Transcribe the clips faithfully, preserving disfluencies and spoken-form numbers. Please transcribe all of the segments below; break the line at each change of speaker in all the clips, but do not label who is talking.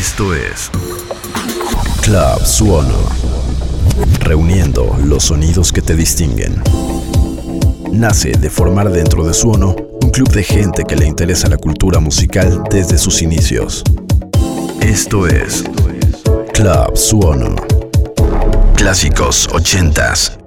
Esto es Club Suono, reuniendo los sonidos que te distinguen. Nace de formar dentro de Suono un club de gente que le interesa la cultura musical desde sus inicios. Esto es Club Suono. Clásicos ochentas.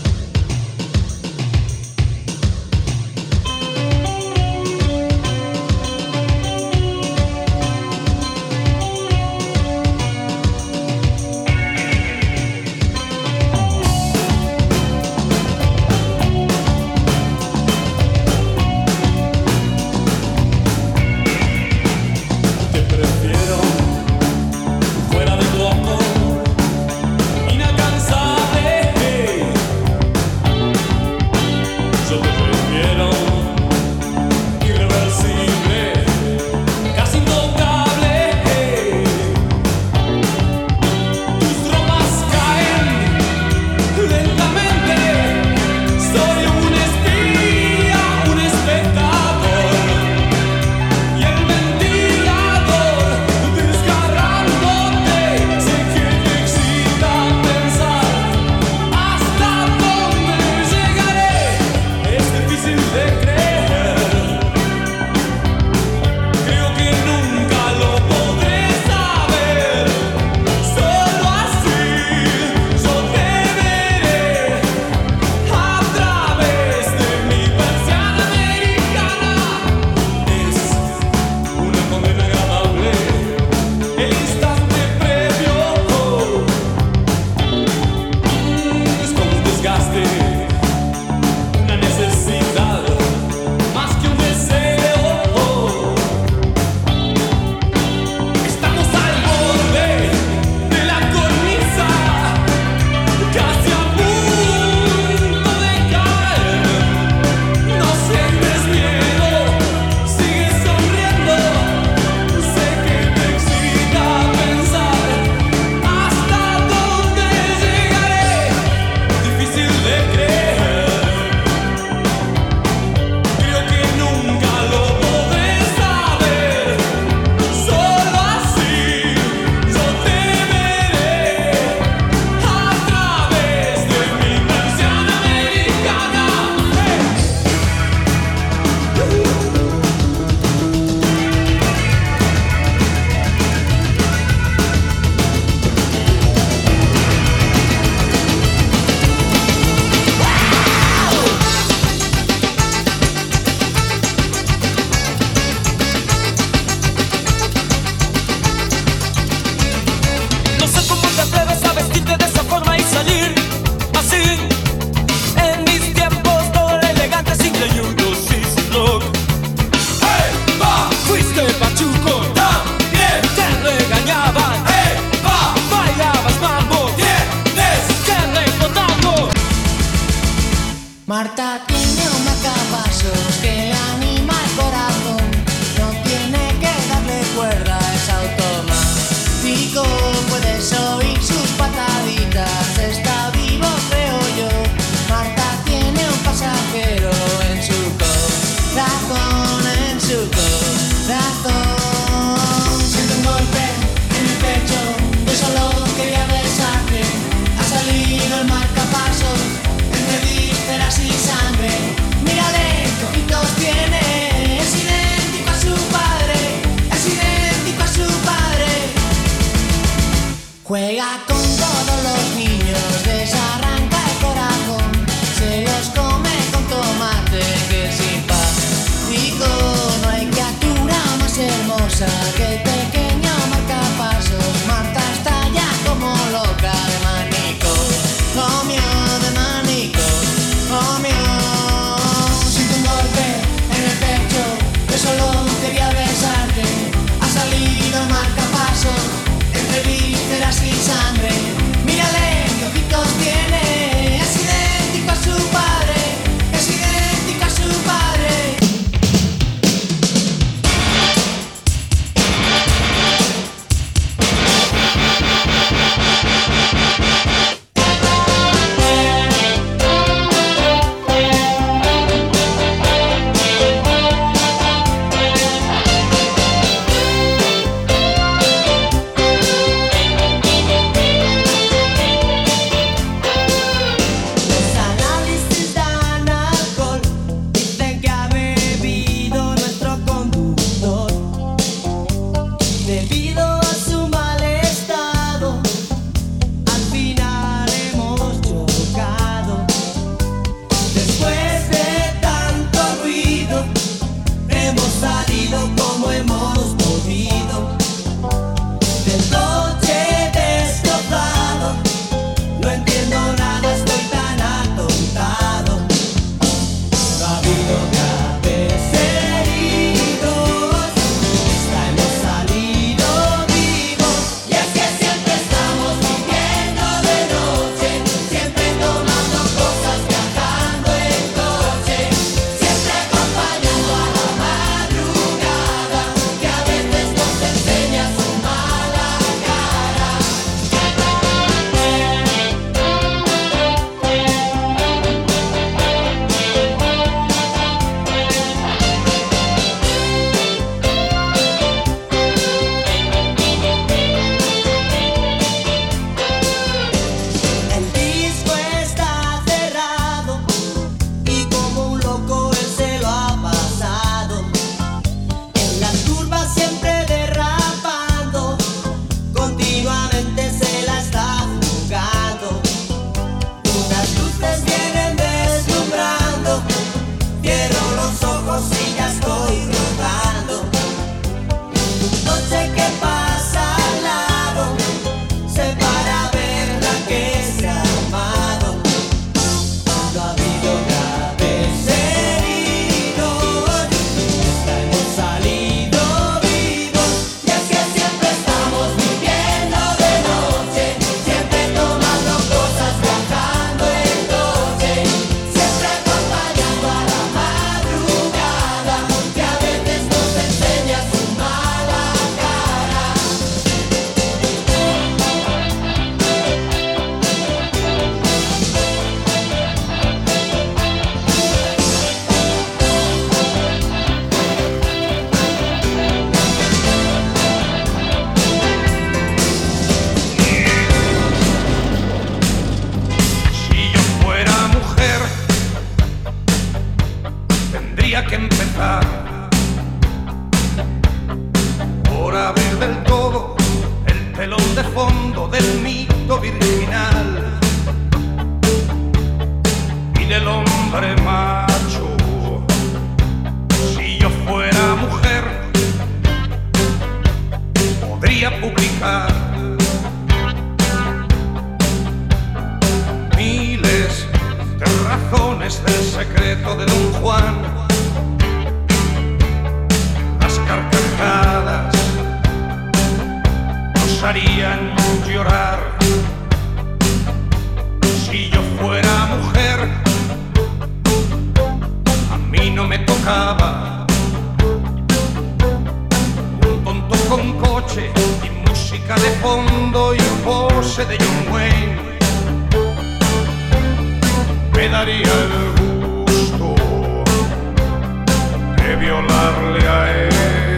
Marta tiene un marcapasos que anima el corazón. No tiene que darle cuerda, es automático. Puedes oír sus pataditas, está vivo creo yo. Marta tiene un pasajero en su corazón, en su corazón. Siento un golpe en el pecho, yo solo quería besarte. Ha salido el marcapasos entre vísceras y sangre. Mírale, qué ojitos tiene. Es idéntico a su padre, es idéntico a su padre. Juega con todos los niños, desarranca el corazón, se los come con tomate, que simpático. No hay criatura más hermosa que el pequeño marcapasos. Marta está ya como loca de manicomio, de manicomio. Siento un golpe en el pecho, yo solo quería besarte. Ha salido el marcapasos entre vísceras y sangre. Mírale, qué ojitos tiene. Es idéntico a su padre, es idéntico a su padre. Debido a su mal estado, al final hemos chocado. Después de tanto ruido, hemos salido como hemos podido. Del coche destrozado, no entiendo nada, estoy tan atontado. No ha habido graves heridos, esta hemos salido vivos. Y es que siempre estamos viviendo de noche, siempre tomando cosas, viajando en coche, siempre acompañando a la madrugada, que a veces nos enseña su mala cara. El disco está cerrado y como un loco él se lo ha pasado. En las curvas siempre derrapando, continuamente se la está jugando. Unas luces vienen deslumbrando, cierro los ojos y ya estoy rodando. Un coche que pasa al lado, se para a ver la que se ha armado. No ha habido graves heridos, esta hemos salido vivos. Y es que siempre estamos viviendo de noche, siempre tomando cosas, viajando en coche, siempre acompañando a la madrugada, que a veces nos enseña su mala cara.
Si yo fuera mujer, tendría que empezar por abrir del todo el telón de fondo del mito virginal y del hombre macho. Si yo fuera mujer, podría publicar miles de razones del secreto de Don Juan. Las carcajadas nos harían llorar. Si yo fuera mujer, a mí no me tocaba un tonto con coche y música de fondo y pose de John Wayne. Me daría el gusto de violarle a él.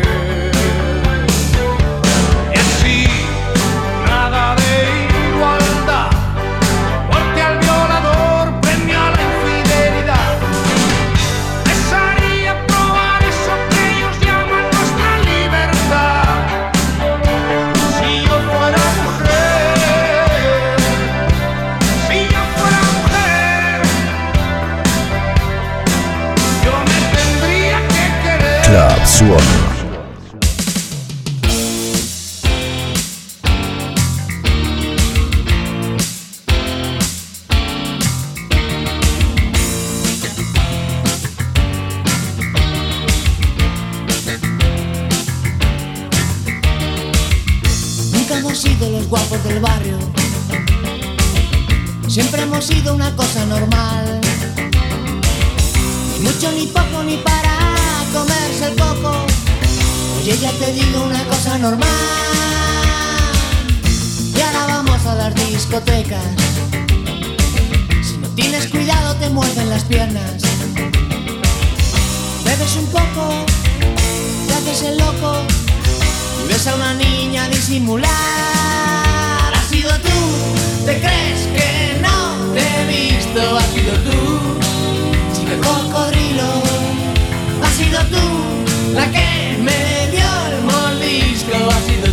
Y así, nada de igualdad, muerte al violador, premio a la infidelidad. Les haría probar eso que ellos llaman nuestra libertad. Si yo fuera mujer, si yo fuera mujer, yo me tendría que querer.
Club Suono.
Nunca hemos sido los guapos del barrio, siempre hemos sido una cosa normal. Ni mucho ni poco ni para comerse el coco. Oye, ya te digo una cosa normal. Y ahora vamos a las discotecas. Si no tienes cuidado te muerden las piernas. Bebes un poco, te haces el loco y ves a una niña disimular. Has sido tú, te crees que no te he visto. Has sido tú, chico cocodrilo. Has sido tú, la que me dio el mordisco. Has sido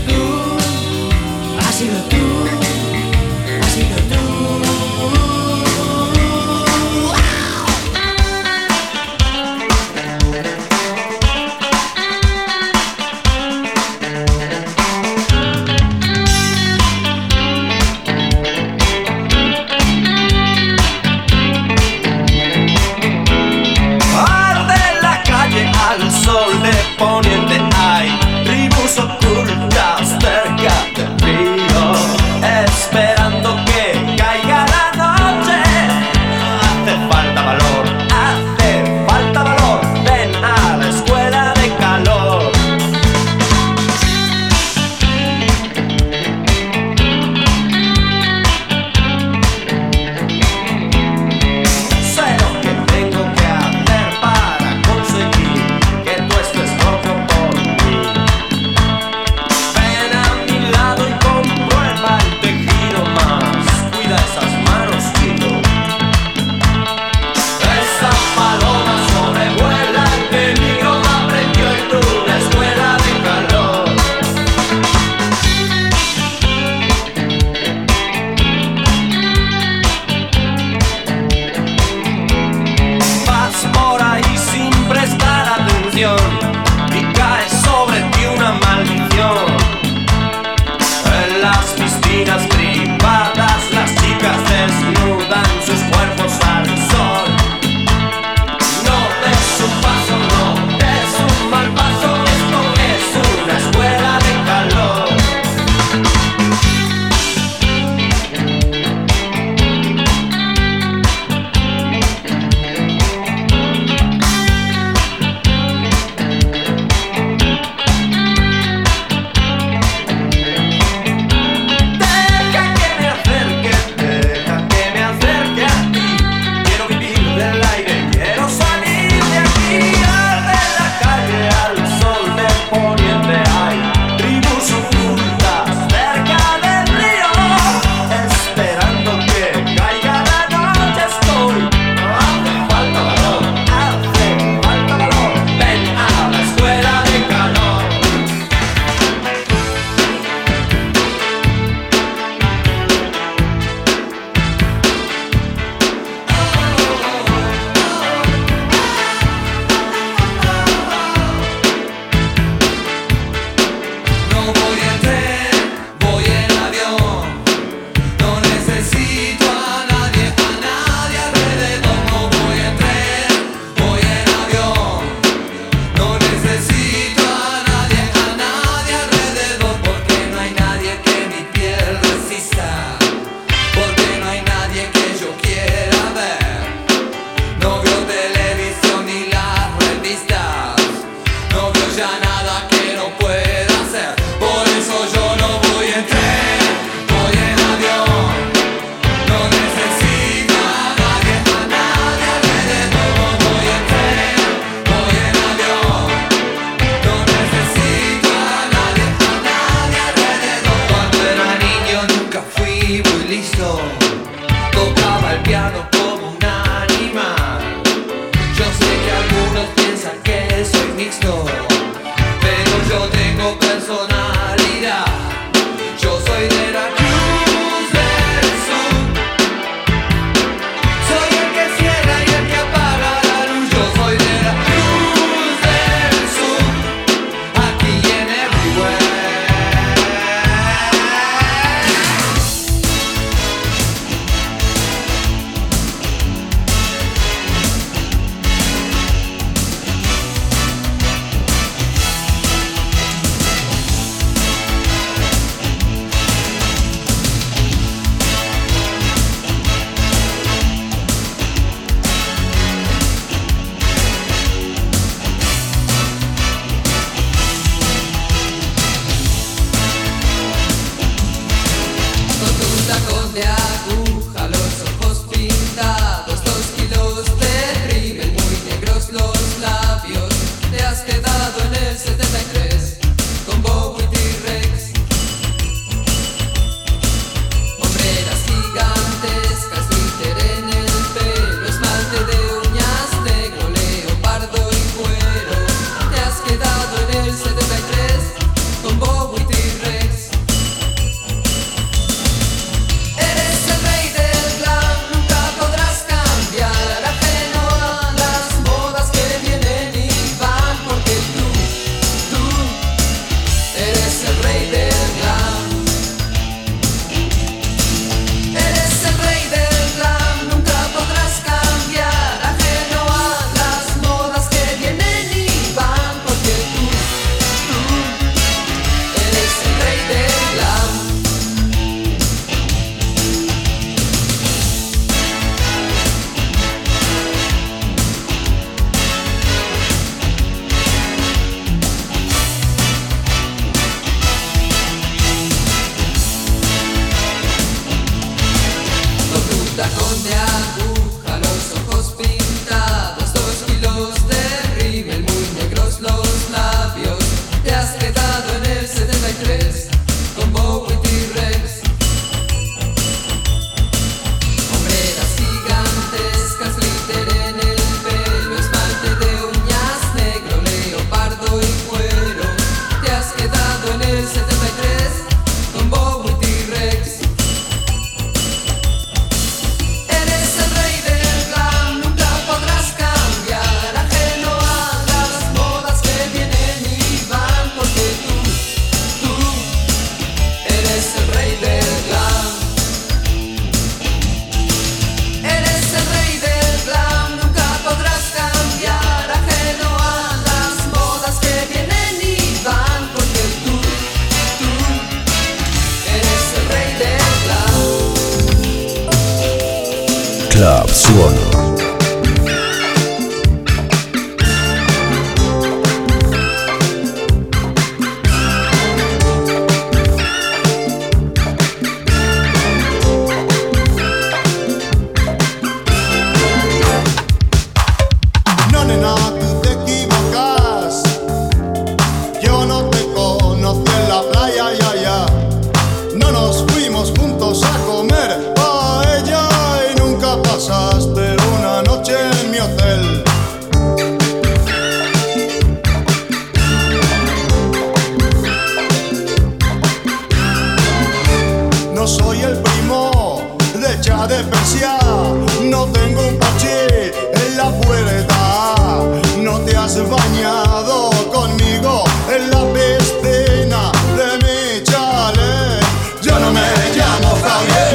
no soy el primo de Shah de Persia. No tengo un parche en la puerta. No te has bañado conmigo en la piscina de mi chalet. Yo no me llamo Javier.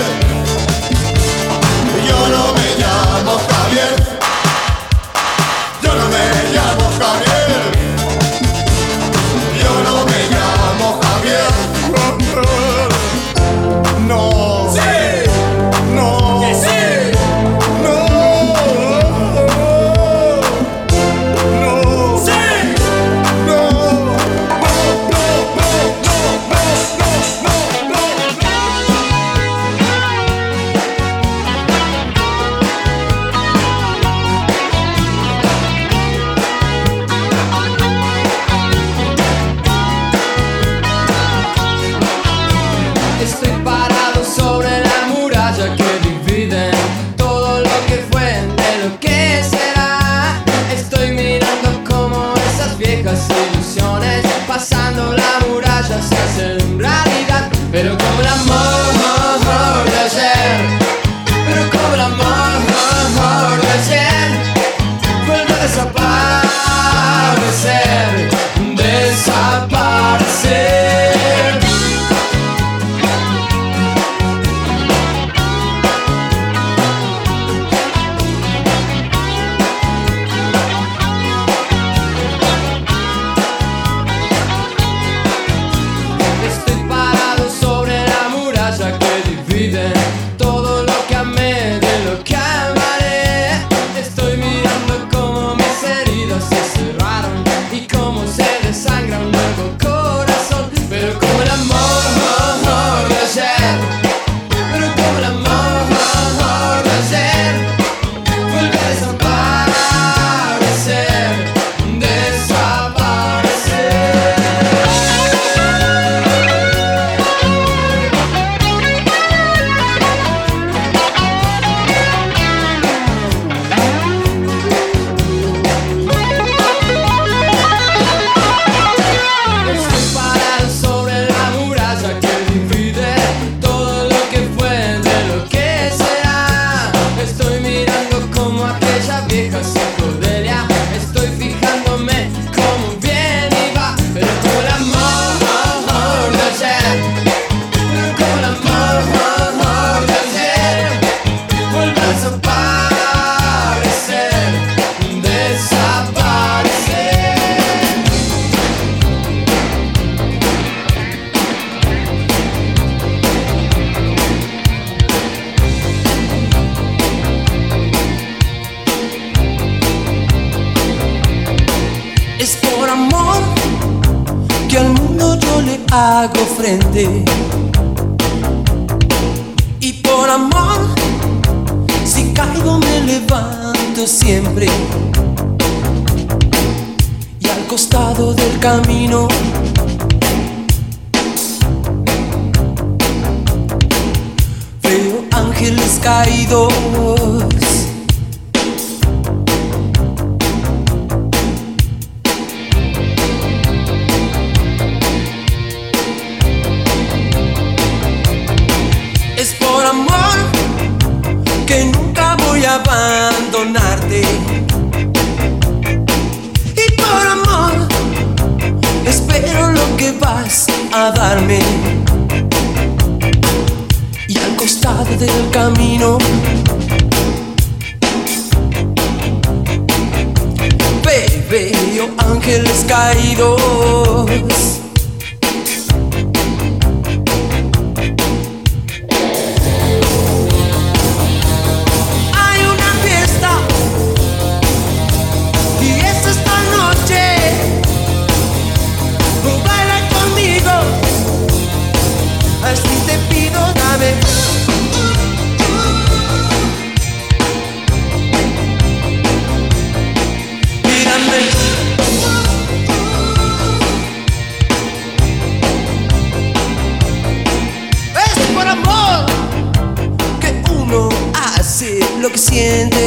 Yo no me llamo Javier. Yo no me llamo Javier. Yo no me llamo Javier. No. Sí. No. Que sí. No. No. Sí. No. No. No. No. No. No. No.
Estoy parado sobre la muralla que divide todo lo que fue de lo que será. Estoy mirando como esas viejas ilusiones pasando la muralla se hacen realidad. Pero como el amor de ayer, pero como el amor de ayer vuelve a desaparecer, desaparecer. Estoy parado sobre la muralla que divide todo lo que amé de lo que amaré. Estoy mirando cómo mis heridas se cerraron y cómo se desangra un nuevo corazón. Pero como el amor de ayer, pero como el amor de ayer vuelve a desaparecer, desaparecer. Estoy parado sobre la muralla que divide todo lo que fue de lo que será. Estoy mirando como aquella vieja psicodelia. Estoy fijándome cómo viene y va. Pero como el amor de ayer, pero como el amor de ayer vuelve a desaparecer, desaparecer.
Es por amor que al mundo yo le hago frente. Y por amor, si caigo me levanto siempre. Y al costado del camino veo ángeles caídos. Es por amor que nunca voy a abandonarte. Y por amor espero lo que vas a darme. Y al costado del camino veo ángeles caídos. Así te pido, dame. Mírame. Es por amor que uno hace lo que siente.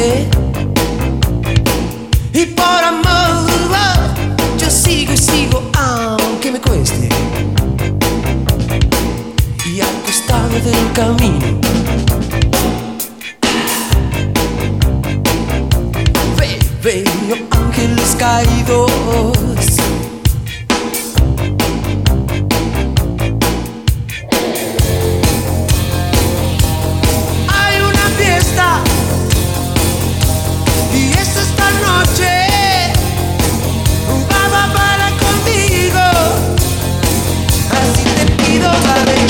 Y por amor yo sigo y sigo aunque me cueste. Y al costado del camino. Ve, veo ángeles caídos. Hay una fiesta y es esta noche. Va, para contigo. Así te pido, dale.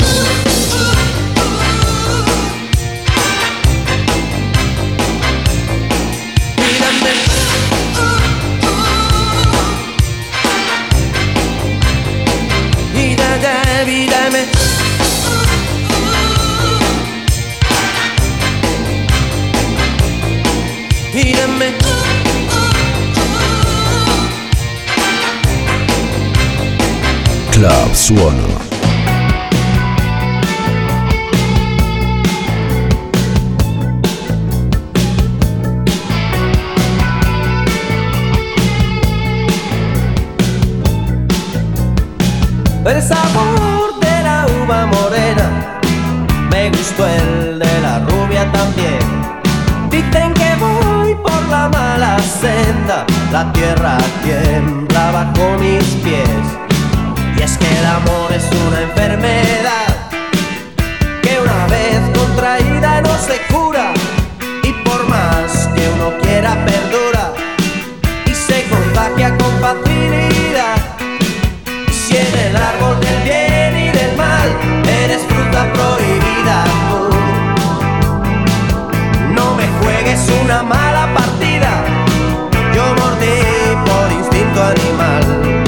Mírame. Mírame, mírame. Mírame.
Club Suono.
El sabor de la uva morena, me gustó el de la rubia también. Dicen que voy por la mala senda, la tierra tiembla bajo mis pies. Y es que el amor es una enfermedad que una vez contraída no se cura, y por más que uno quiera perdura y se contagia con facilidad. Si en el árbol del bien y del mal eres fruta prohibida tú, no me juegues una mala partida, yo mordí por instinto animal.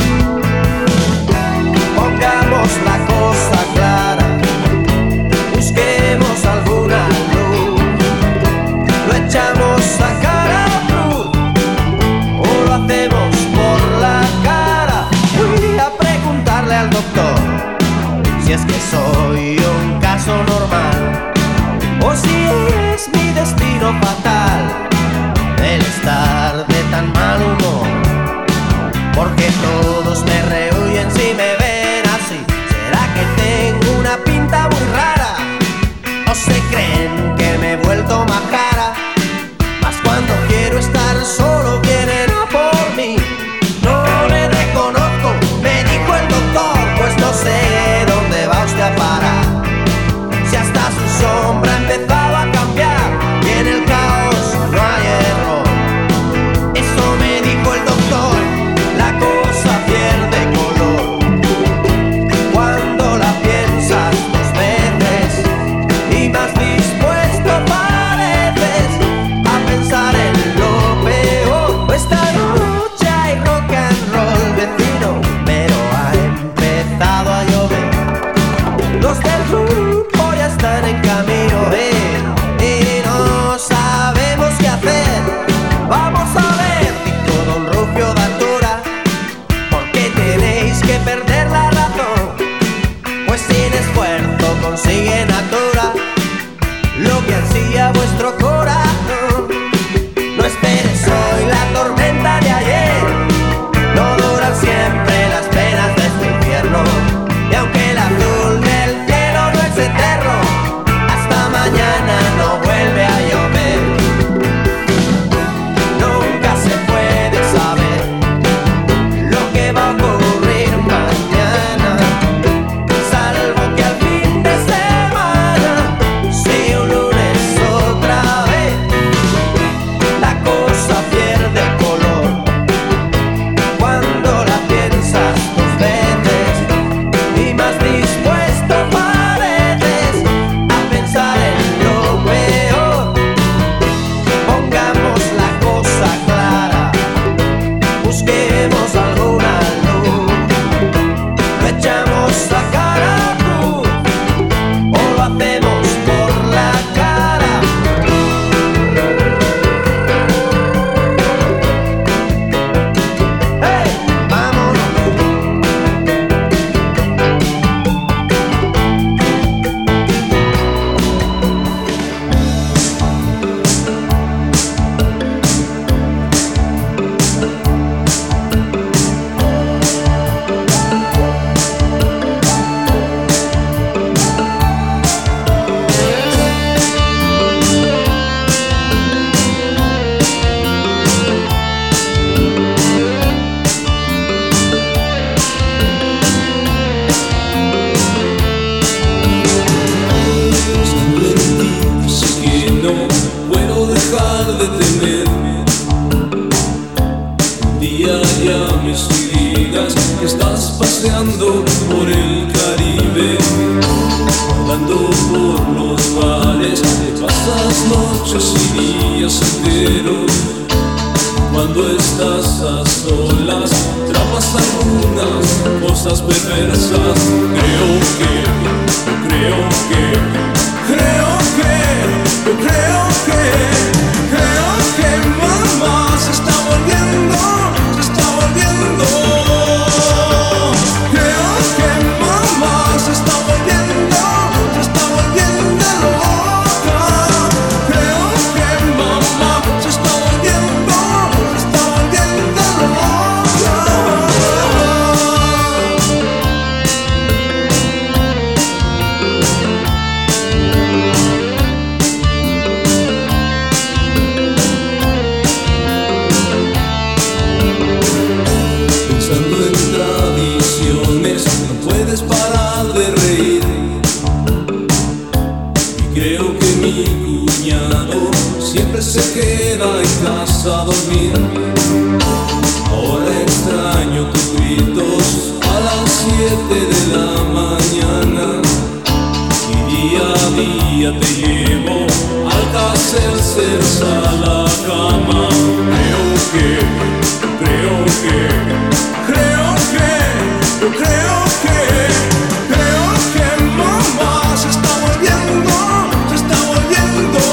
Pongamos la cosa clara, busquemos alguna luz, lo echamos a cara cruz o lo hacemos por la cara. Fui a preguntarle al doctor si es que soy un caso normal o si es mi destino fatal el estar de tan mal humor, porque todos me rehuyen si me ven así. ¿Será que tengo una pinta muy rara? ¿O se creen que me he vuelto majara? Mas cuando quiero estar solo vienen a por mí. No le reconozco, me dijo el doctor, pues no sé dónde va usted a parar. Si hasta su sombra empezaba a cambiar y en el caos no hay error. Eso me dijo el doctor, la cosa pierde color cuando la piensas dos veces y más dispuesto pareces a pensar en lo peor. Esta noche hay rock and roll, vecino, pero ha empezado a llover. Los del grupo ya están en camino, eh, y no sabemos qué hacer. Vamos a ver, dijo don Rufio de Altura, ¿por qué tenéis que perder la razón? Pues sin esfuerzo consiguen altura lo que ansía vuestro corazón. No esperes hoy la tormenta de ayer, no duran siempre las penas de este infierno. Y aunque el azul del cielo no es eterno, hasta mañana no vuelve a llover. Nunca se puede saber lo que va a ocurrir mañana, salvo que al fin de semana, si un lunes otra
Rondando por los bares, pasas noches y días enteros. Cuando estás a solas, tramas algunas cosas perversas. Creo que, creo que, creo que, yo creo que, creo que mamá se está volviendo, se está volviendo. Creo que mamá se está volviendo, se está volviendo loca. Creo que mamá se está volviendo, se está volviendo loca. Pensando en tradiciones, no puedes parar de reír. Y creo que mi cuñado siempre se queda en casa a dormir. Ahora extraño tus gritos a las siete de la mañana. Y día a día te llevo al Caselcers a la cama. Creo que, creo que, creo que, yo creo que, creo que mamá se está volviendo, se está volviendo.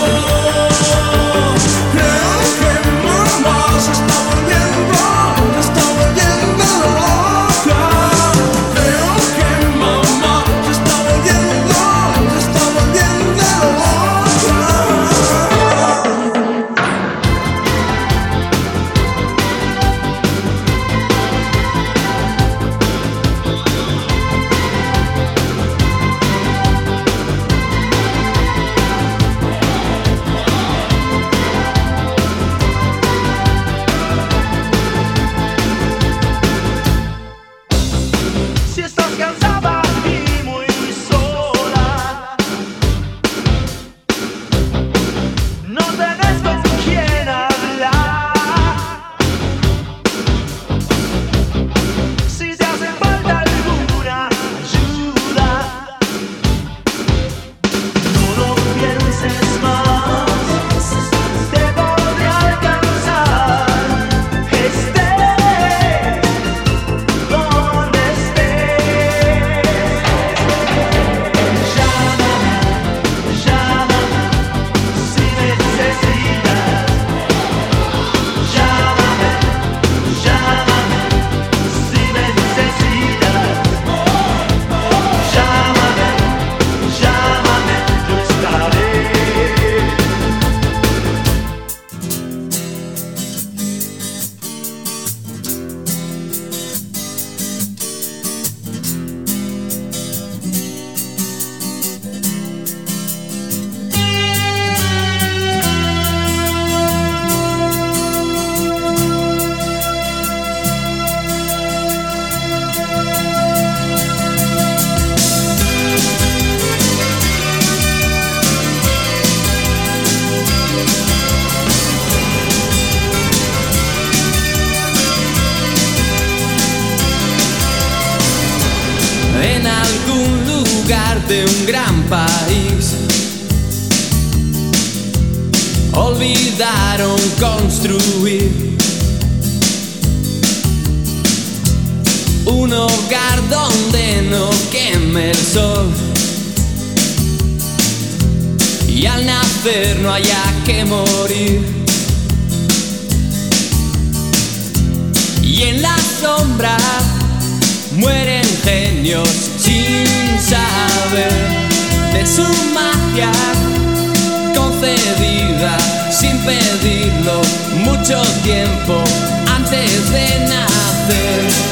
Creo que mamá se está volviendo, se está volviendo loca. Creo que mamá se está volviendo, se está volviendo loca.
Si estás cansada y muy sola, no tenés con quién hablar. Si te hace falta alguna ayuda, no lo pienses más, te podré alcanzar. Esté donde estés, llámame, llámame si me necesitas. Llámame, llámame si me necesitas. Llámame, llámame, yo estaré.
En algún lugar de un gran país olvidaron construir un hogar donde no queme el sol y al nacer no haya que morir. Y en la sombra mueren genios sin saber de su magia concedida sin pedirlo mucho tiempo antes de nacer.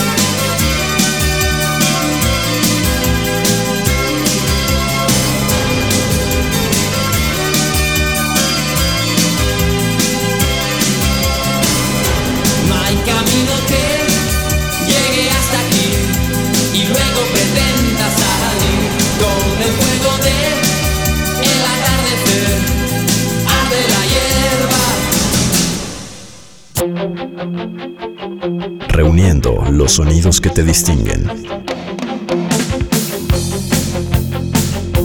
No hay camino que llegue hasta aquí y luego pretenda salir con el fuego de el atardecer, arde la hierba.
Reuniendo los sonidos que te distinguen.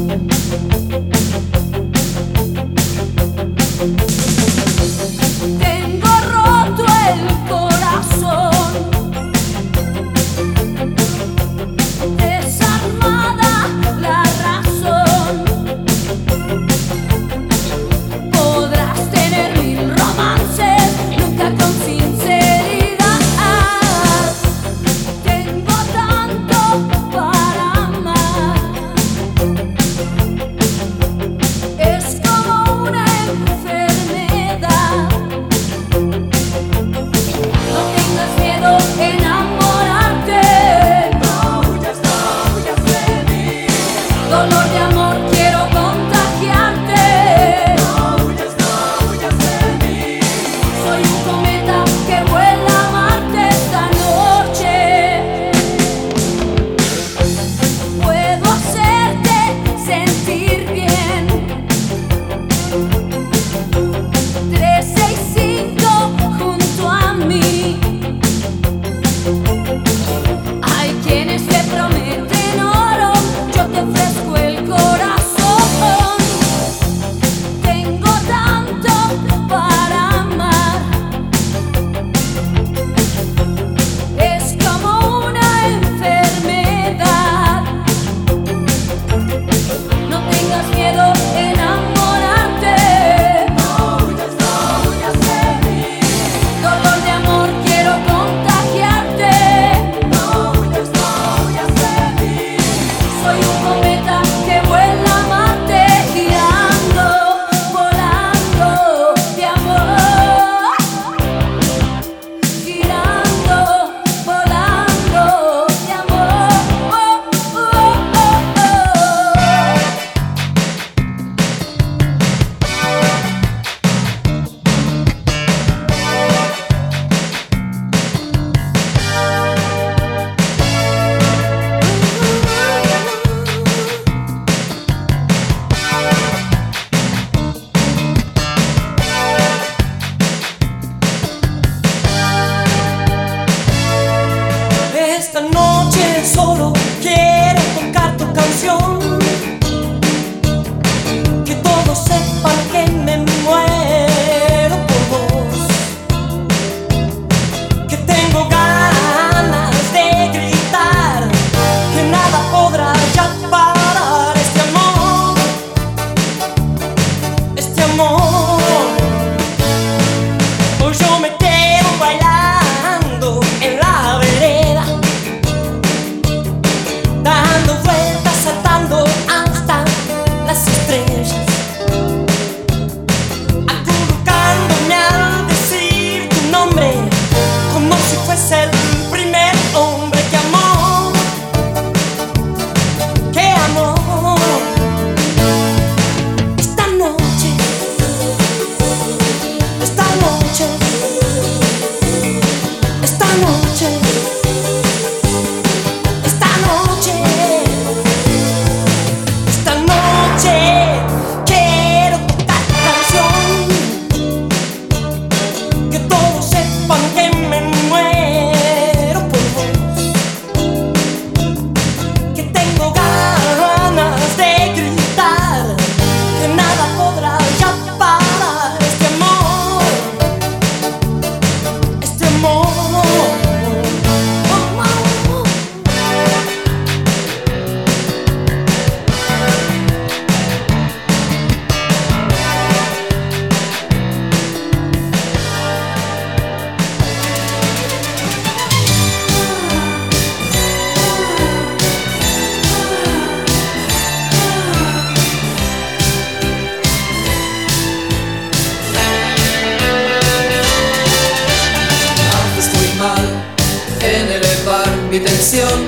mi tensión,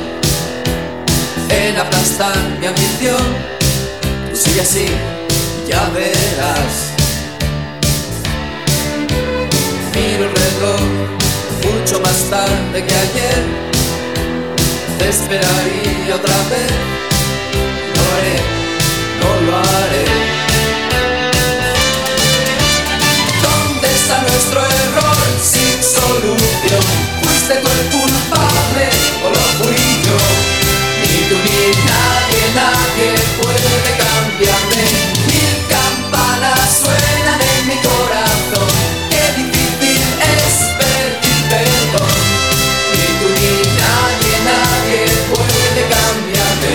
en aplastar mi ambición. Tú sigue así, ya verás. Miro el reloj, mucho más tarde que ayer. Te esperaría otra vez. No lo haré, no lo haré. ¿Dónde está nuestro error sin solución? ¿Fuiste tú el culpable o lo fui yo? Ni tú ni nadie, nadie puede cambiarme. Mil campanas suenan en mi corazón. Qué difícil es pedir perdón. Ni tú ni nadie, nadie puede cambiarme.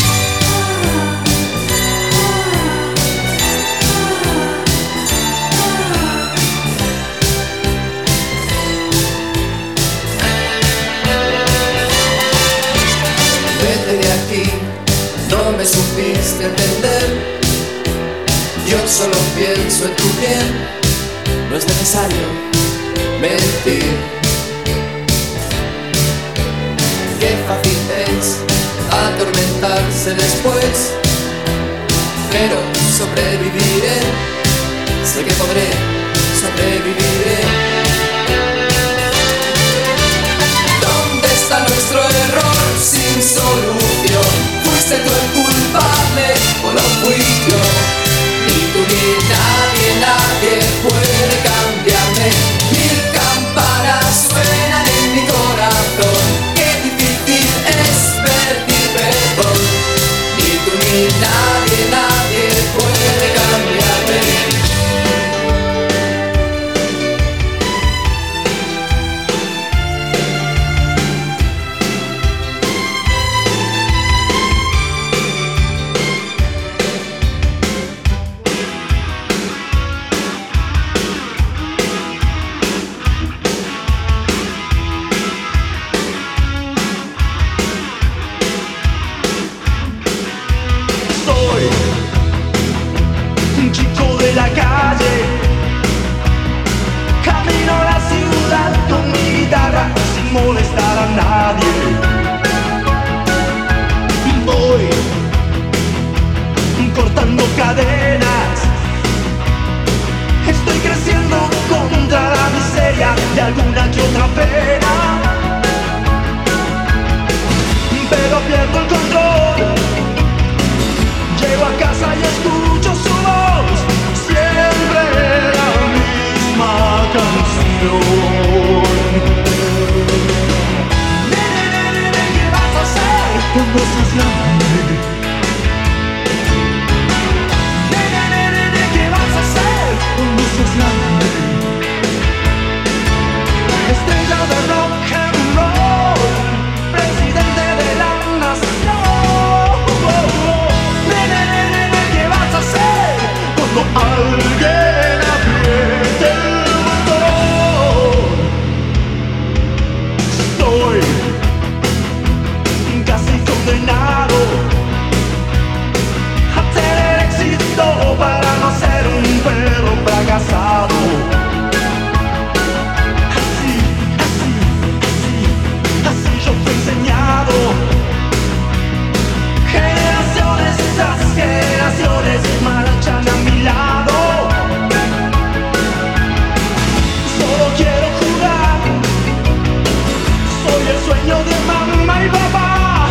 No me supiste entender. Yo solo pienso en tu bien. No es necesario mentir. Qué fácil es atormentarse después pero sobreviviré. Sé que podré, sobreviviré. ¿Dónde está nuestro error sin solución? Fuiste tú el culpable o lo fui yo. Ni tú ni nadie, nadie puede cambiarme. Mil campanas suenan en mi corazón. Qué difícil es pedir perdón. Ni tú ni nadie, nadie puede cambiarme.
Molestar a nadie. Voy cortando cadenas. Estoy creciendo contra la miseria de alguna que otra pena. Pero pierdo el control. Llego a casa y escucho su voz. Siempre la misma canción. Cuando seas grande, nene, nene, nene, ¿qué vas a hacer? Cuando seas grande, estrella de rock and roll, presidente de la nación. Nene, nene, nene, ¿qué vas a hacer? Cuando alguien apriete el botón. Estoy casi condenado a tener éxito para no ser un perro fracasado. Así, así, así, así yo fui enseñado. Generaciones tras generaciones marchan a mi lado. Solo quiero jugar. Soy el sueño de mamá y papá.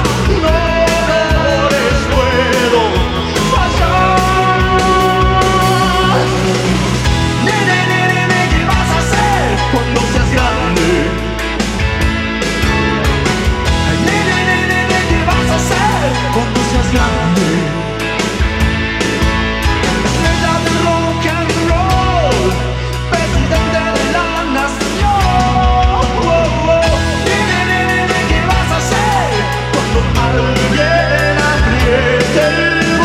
Cuando seas grande, estrella de rock and roll, presidente de la nación. Oh, oh. Nene, nene, nene, ¿qué vas a hacer cuando alguien apriete el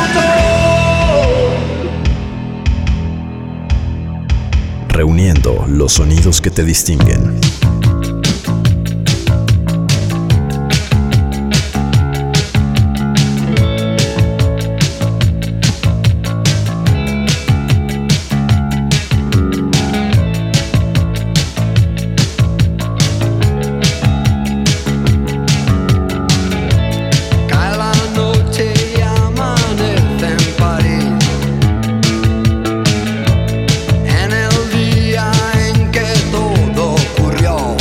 botón?
Reuniendo los sonidos que te distinguen.
En el día en que todo ocurrió,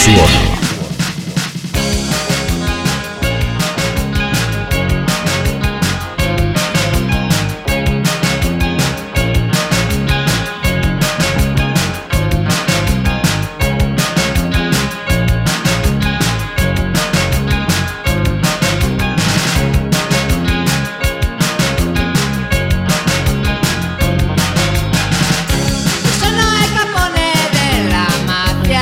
Suono.
Sono il capone della mafia.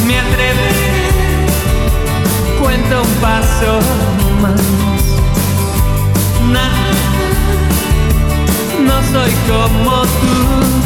me atreveré, cuento un paso más. Nah, no soy como tú.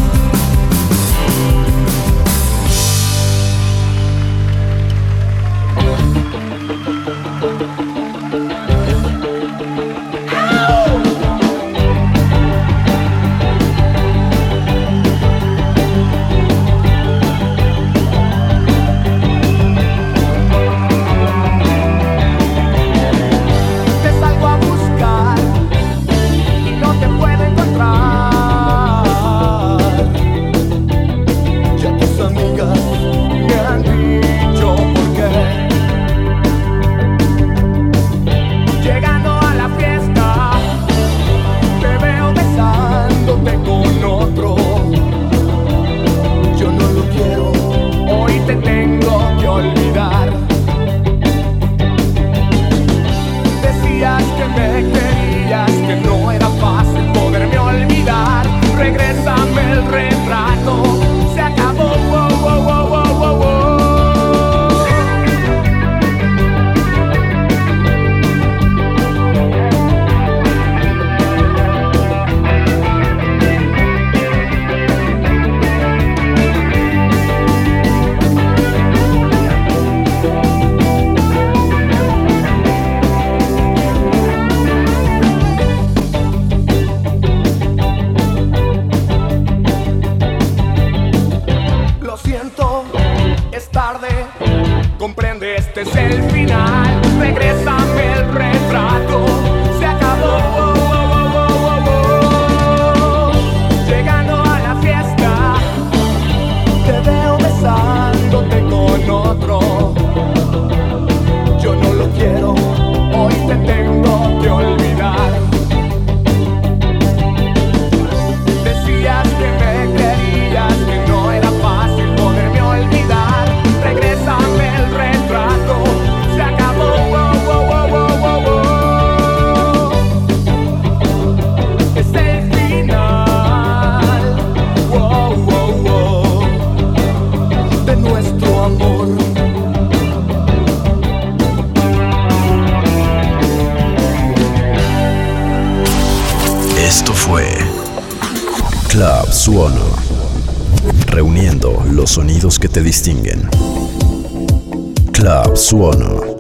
Comprende, este es el final. Regrésame el retrato. Se acabó. Oh, oh, oh, oh, oh, oh. Llegando a la fiesta, te veo besándote con otro. Yo no lo quiero. Hoy te tengo que olvidar. Decías que me querías, que no era fácil poderme olvidar. Regrésame el retrato, se acabó. Oh, oh, oh, oh, oh, oh. Es el final. Oh, oh, oh, de nuestro amor.
Esto fue Club Suono, reuniendo los sonidos que te distinguen. Club Suono.